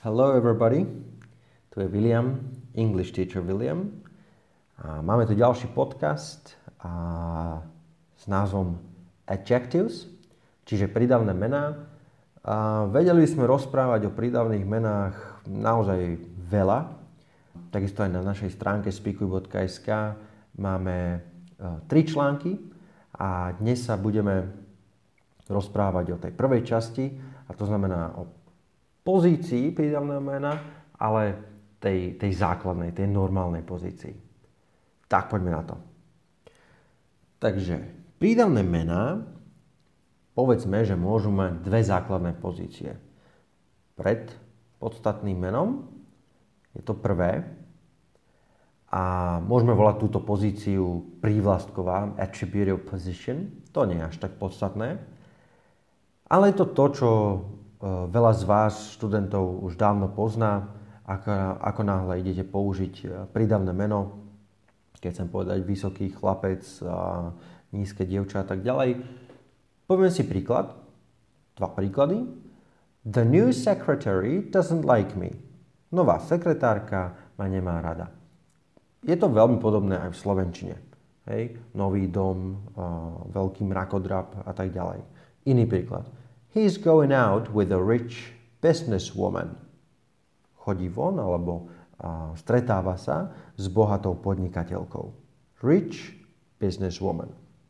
Hello everybody, tu je William, English teacher William. A máme tu ďalší podcast s názvom Adjectives, čiže prídavné mená. Vedeli sme rozprávať o prídavných menách naozaj veľa. Takisto aj na našej stránke speakuj.sk máme 3 články a dnes sa budeme rozprávať o tej prvej časti, a to znamená o pozícii prídavného mena, ale tej základnej, tej normálnej pozícii. Tak poďme na to. Takže prídavné mená, povedzme, že môžu mať dve základné pozície. Pred podstatným menom je to prvé a môžeme volať túto pozíciu prívlastková, attributive position. To nie je až tak podstatné, ale je to to, čo veľa z vás, študentov, už dávno pozná, ako náhle idete použiť prídavné meno, keď chcem povedať vysoký chlapec, nízke dievča a tak ďalej. Poviem si príklad, 2 príklady. The new secretary doesn't like me. Nová sekretárka ma nemá rada. Je to veľmi podobné aj v slovenčine. Hej? Nový dom, veľký mrakodrap a tak ďalej. Iný príklad. He's going out with a rich businesswoman. Chodí von alebo stretáva sa s bohatou podnikateľkou. Rich businesswoman.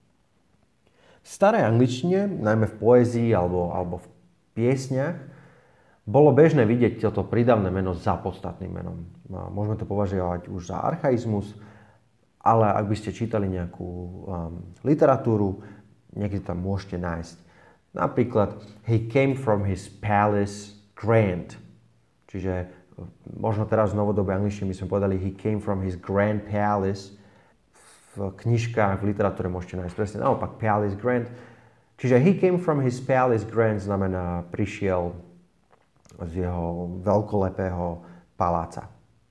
V starej angličtine, najmä v poézii alebo v piesniach, bolo bežné vidieť toto prídavné meno za podstatným menom. Môžeme to považovať už za archaizmus, ale ak by ste čítali nejakú literatúru, niekde tam môžete nájsť. Napríklad, he came from his palace grand. Čiže možno teraz v novodobej angličtine by sme povedali he came from his grand palace. V knižkách, v literatúre môžete nájsť presne naopak palace grand. Čiže he came from his palace grand znamená prišiel z jeho veľkolepého paláca.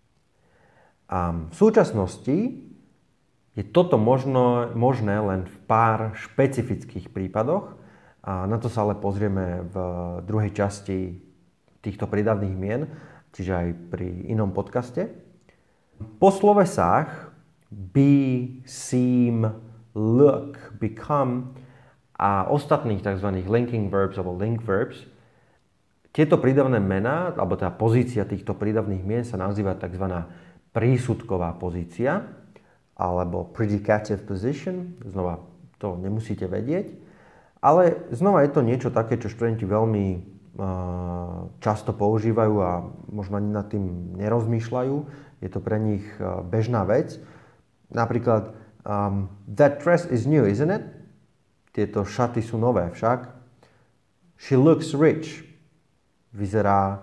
A v súčasnosti je toto možné len v pár špecifických prípadoch. A na to sa ale pozrieme v druhej časti týchto prídavných mien, čiže aj pri inom podcaste. Po slovesách be, seem, look, become a ostatných tzv. Linking verbs alebo link verbs, tieto prídavné mená, alebo tá pozícia týchto prídavných mien sa nazýva tzv. Prísudková pozícia alebo predicative position. Znova to nemusíte vedieť. Ale znova je to niečo také, čo študenti veľmi často používajú a možno ani nad tým nerozmýšľajú. Je to pre nich bežná vec. Napríklad, that dress is new, isn't it? Tieto šaty sú nové však. She looks rich. Vyzerá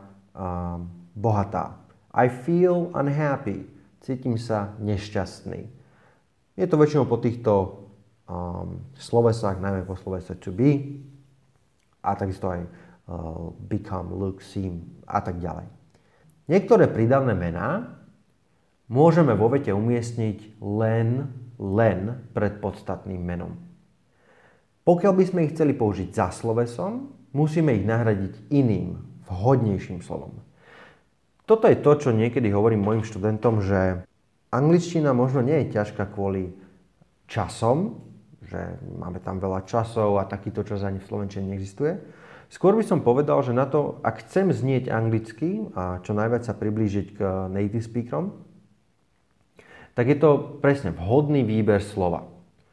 bohatá. I feel unhappy. Cítim sa nešťastný. Je to väčšinou po týchto slovesách, najmä po slovese to be a takisto aj become, look, seem a tak ďalej. Niektoré prídavné mená môžeme vo vete umiestniť len pred podstatným menom. Pokiaľ by sme ich chceli použiť za slovesom, musíme ich nahradiť iným, vhodnejším slovom. Toto je to, čo niekedy hovorím mojim študentom, že angličtina možno nie je ťažká kvôli časom, že máme tam veľa časov a takýto čas ani v slovenčine neexistuje. Skôr by som povedal, že na to, ak chcem znieť anglicky a čo najviac sa priblížiť k native speakerom, tak je to presne vhodný výber slova.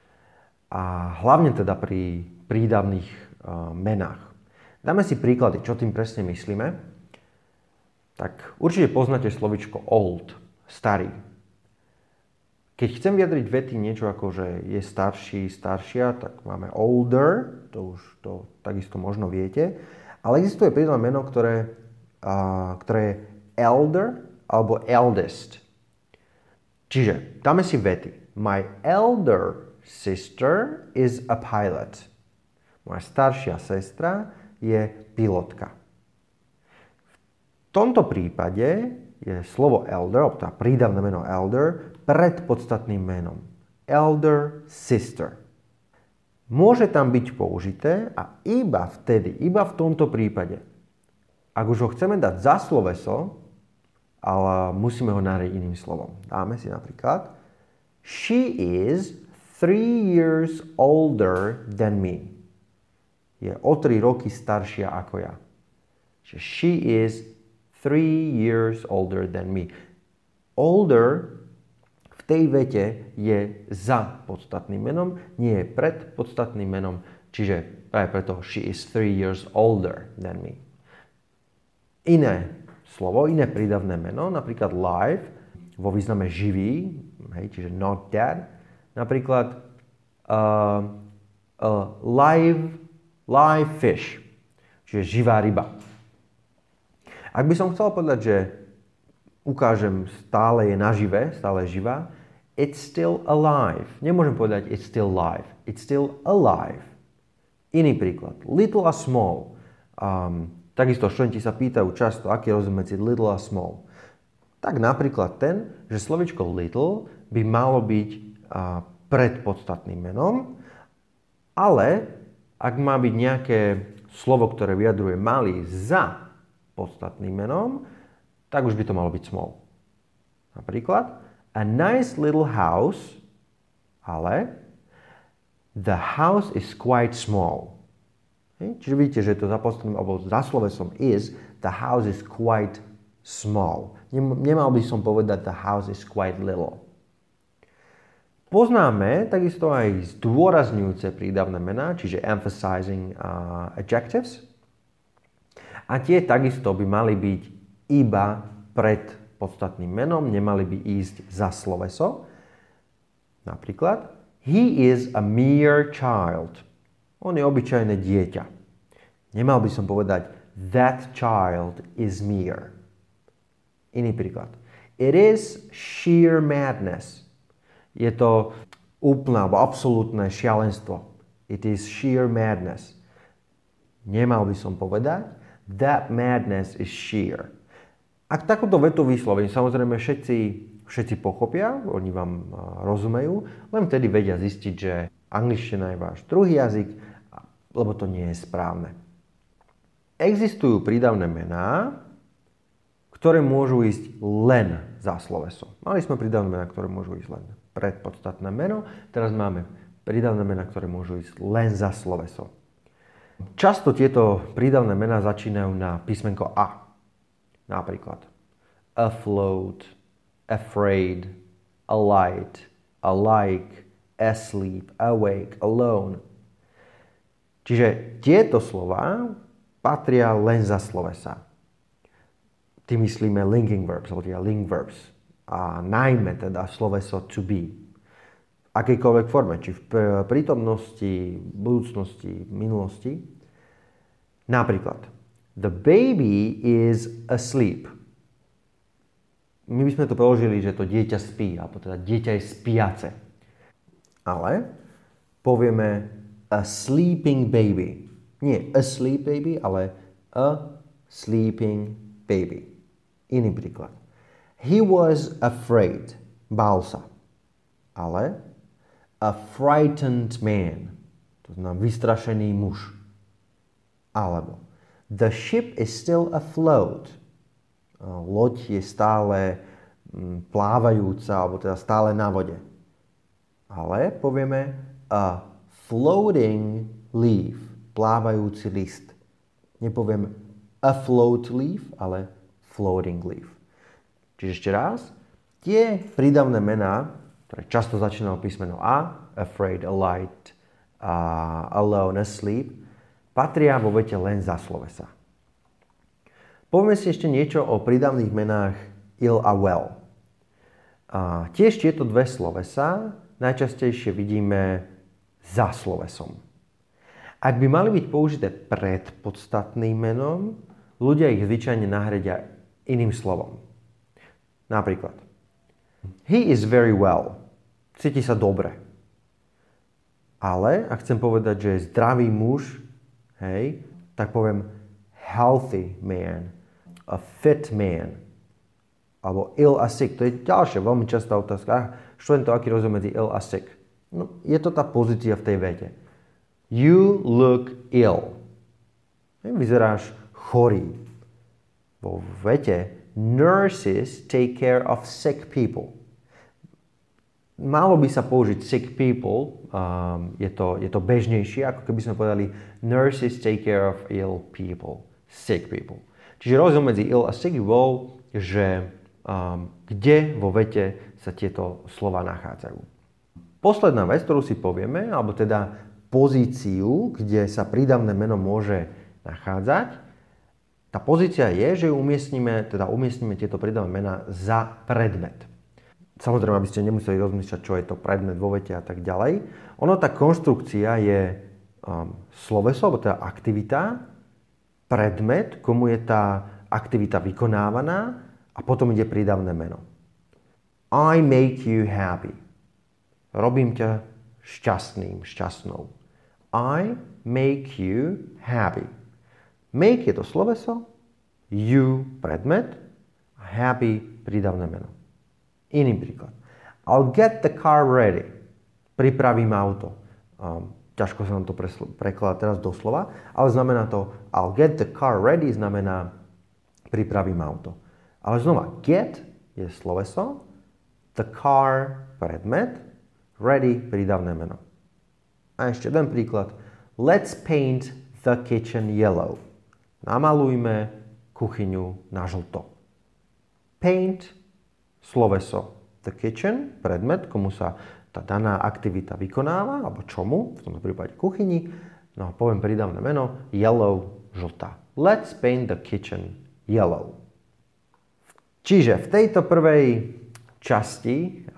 A hlavne teda pri prídavných menách. Dáme si príklady, čo tým presne myslíme. Tak určite poznáte slovičko old, starý. Keď chcem vyjadriť vety niečo ako, že je starší, staršia, tak máme older, to už to takisto možno viete. Ale existuje prídavné meno, ktoré je elder alebo eldest. Čiže dáme si vety. My elder sister is a pilot. Moja staršia sestra je pilotka. V tomto prípade je slovo elder, alebo tá prídavné meno elder, pred podstatným menom. Elder sister. Môže tam byť použité a iba vtedy, iba v tomto prípade, Ak už ho chceme dať za sloveso, ale musíme ho nahradiť iným slovom. Dáme si napríklad She is 3 years older than me. Je o 3 roky staršia ako ja. Čiže she is 3 years older than me. Older v tej vete je za podstatným menom, nie je pred podstatným menom, čiže práve preto she is 3 years older than me. Iné slovo, iné prídavné meno, napríklad live, vo význame živý, hej, čiže not dead, napríklad live fish, čiže živá ryba. Ak by som chcel povedať, že ukážem, stále je nažive, stále je živá, it's still alive. Nemôžem povedať it's still live, it's still alive. Iný príklad, little a small. Takisto študenti sa pýtajú často, aký je rozdiel medzi little a small. Tak napríklad ten, že slovičko little by malo byť pred podstatným menom, ale ak má byť nejaké slovo, ktoré vyjadruje malý za podstatným menom, tak už by to malo byť small. Napríklad a nice little house, ale the house is quite small. Čiže vidíte, že to za podstatným alebo za slovesom is, the house is quite small. Nemal by som povedať the house is quite little. Poznáme takisto aj zdôrazňujúce prídavné mená, čiže emphasizing adjectives. A tie takisto by mali byť iba pred podstatným menom, nemali by ísť za sloveso. Napríklad, he is a mere child. On je obyčajné dieťa. Nemal by som povedať that child is mere. Iný príklad. It is sheer madness. Je to úplné alebo absolútne šialenstvo. It is sheer madness. Nemal by som povedať that madness is sheer. Ak takúto vetu vyslovím, samozrejme všetci pochopia, oni vám rozumejú, len vtedy vedia zistiť, že angličtina je váš druhý jazyk, lebo to nie je správne. Existujú prídavné mená, ktoré môžu ísť len za sloveso. Mali sme prídavné mená, ktoré môžu ísť len pred podstatné meno, teraz máme prídavné mená, ktoré môžu ísť len za sloveso. Často tieto prídavné mená začínajú na písmenko A. Napríklad afloat, afraid, alight, alike, asleep, awake, alone. Čiže tieto slová patria len za slovesa. Tým myslíme linking verbs, alebo teda link verbs. A najmä teda sloveso to be. V akejkoľvek forme, či v prítomnosti, budúcnosti, minulosti. Napríklad, the baby is asleep. My by sme to preložili, že to dieťa spí, alebo teda dieťa je spiace. Ale povieme a sleeping baby. Nie a sleep baby, ale a sleeping baby. Iný príklad. He was afraid. Bál sa. Ale a frightened man. To znamená vystrašený muž. Alebo the ship is still afloat. Loď je stále plávajúca, alebo teda stále na vode. Ale povieme a floating leaf. Plávajúci list. Nepoviem afloat leaf, ale floating leaf. Čiže ešte raz, tie prídavné mená, ktoré často začínajú písmeno A, afraid, alight, alone, asleep, patria vo vete len za slovesa. Povieme si ešte niečo o prídavných menách ill a well. Tiež tieto dve slovesa najčastejšie vidíme za slovesom. Ak by mali byť použité pred podstatným menom, ľudia ich zvyčajne nahradia iným slovom. Napríklad, he is very well. Cíti sa dobre. Ale ak chcem povedať, že je zdravý muž, hej, tak poviem healthy man, a fit man, alebo ill a sick. To je ďalšia veľmi častá otázka. Študentov, aký rozdiel medzi ill a sick? No, je to tá pozícia v tej vete. You look ill. Vyzeráš chorý. vo vete nurses take care of sick people. Malo by sa použiť sick people, je to bežnejšie, ako keby sme povedali nurses take care of ill people, sick people. Čiže rozdiel medzi ill a sick bol, že kde vo vete sa tieto slova nachádzajú. Posledná vec, ktorú si povieme, alebo teda pozíciu, kde sa prídavné meno môže nachádzať, tá pozícia je, že umiestnime tieto prídavné mená za predmet. Samozrejme, aby ste nemuseli rozmýšľať, čo je to predmet vo vete a tak ďalej. Tá konštrukcia je sloveso, alebo teda aktivita, predmet, komu je tá aktivita vykonávaná a potom ide prídavné meno. I make you happy. Robím ťa šťastným, šťastnou. I make you happy. Make je to sloveso, you predmet, happy prídavné meno. Iný príklad. I'll get the car ready. Pripravím auto. Ťažko sa nám to prekladá teraz doslova, ale znamená to I'll get the car ready znamená pripravím auto. Ale znova, get je sloveso, the car predmet, ready prídavné meno. A ešte jeden príklad. Let's paint the kitchen yellow. Namalujme kuchyňu na žlto. Paint sloveso the kitchen, predmet, komu sa tá daná aktivita vykonáva, alebo čomu, v tomto prípade kuchyni. No a poviem prídavné meno, yellow, žltá. Let's paint the kitchen yellow. Čiže v tejto prvej časti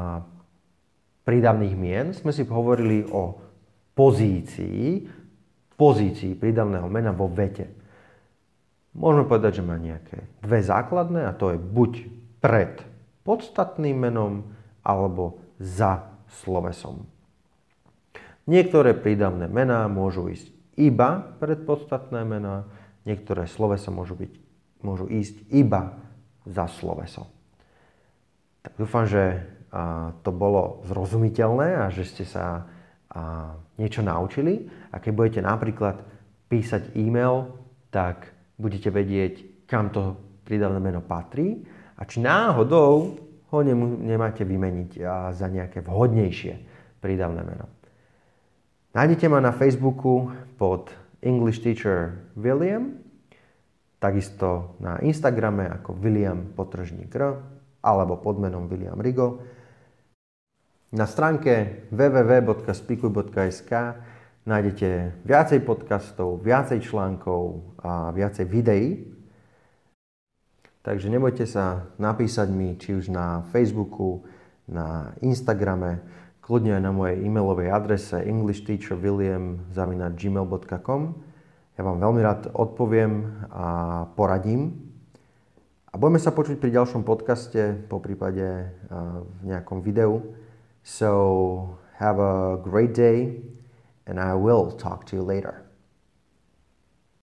prídavných mien sme si hovorili o pozícii prídavného mena vo vete. Môžeme povedať, že má nejaké dve základné, a to je buď pred podstatným menom alebo za slovesom. Niektoré prídavné mená môžu ísť iba pred podstatné mená, niektoré slovesa môžu ísť iba za sloveso. Tak dúfam, že to bolo zrozumiteľné a že ste sa niečo naučili. A keď budete napríklad písať e-mail, tak budete vedieť, kam to prídavné meno patrí a či náhodou ho nemáte vymeniť za nejaké vhodnejšie prídavné meno. Nájdete ma na Facebooku pod English Teacher William, takisto na Instagrame ako William_R alebo pod menom William Rigo. Na stránke www.speakuj.sk nájdete viacej podcastov, viacej článkov a viacej videí. Takže nebojte sa napísať mi či už na Facebooku, na Instagrame, kľudne aj na mojej e-mailovej adrese englishteacherwilliam@gmail.com. Ja vám veľmi rád odpoviem a poradím. A budeme sa počuť pri ďalšom podcaste, poprípade v nejakom videu. So have a great day and I will talk to you later.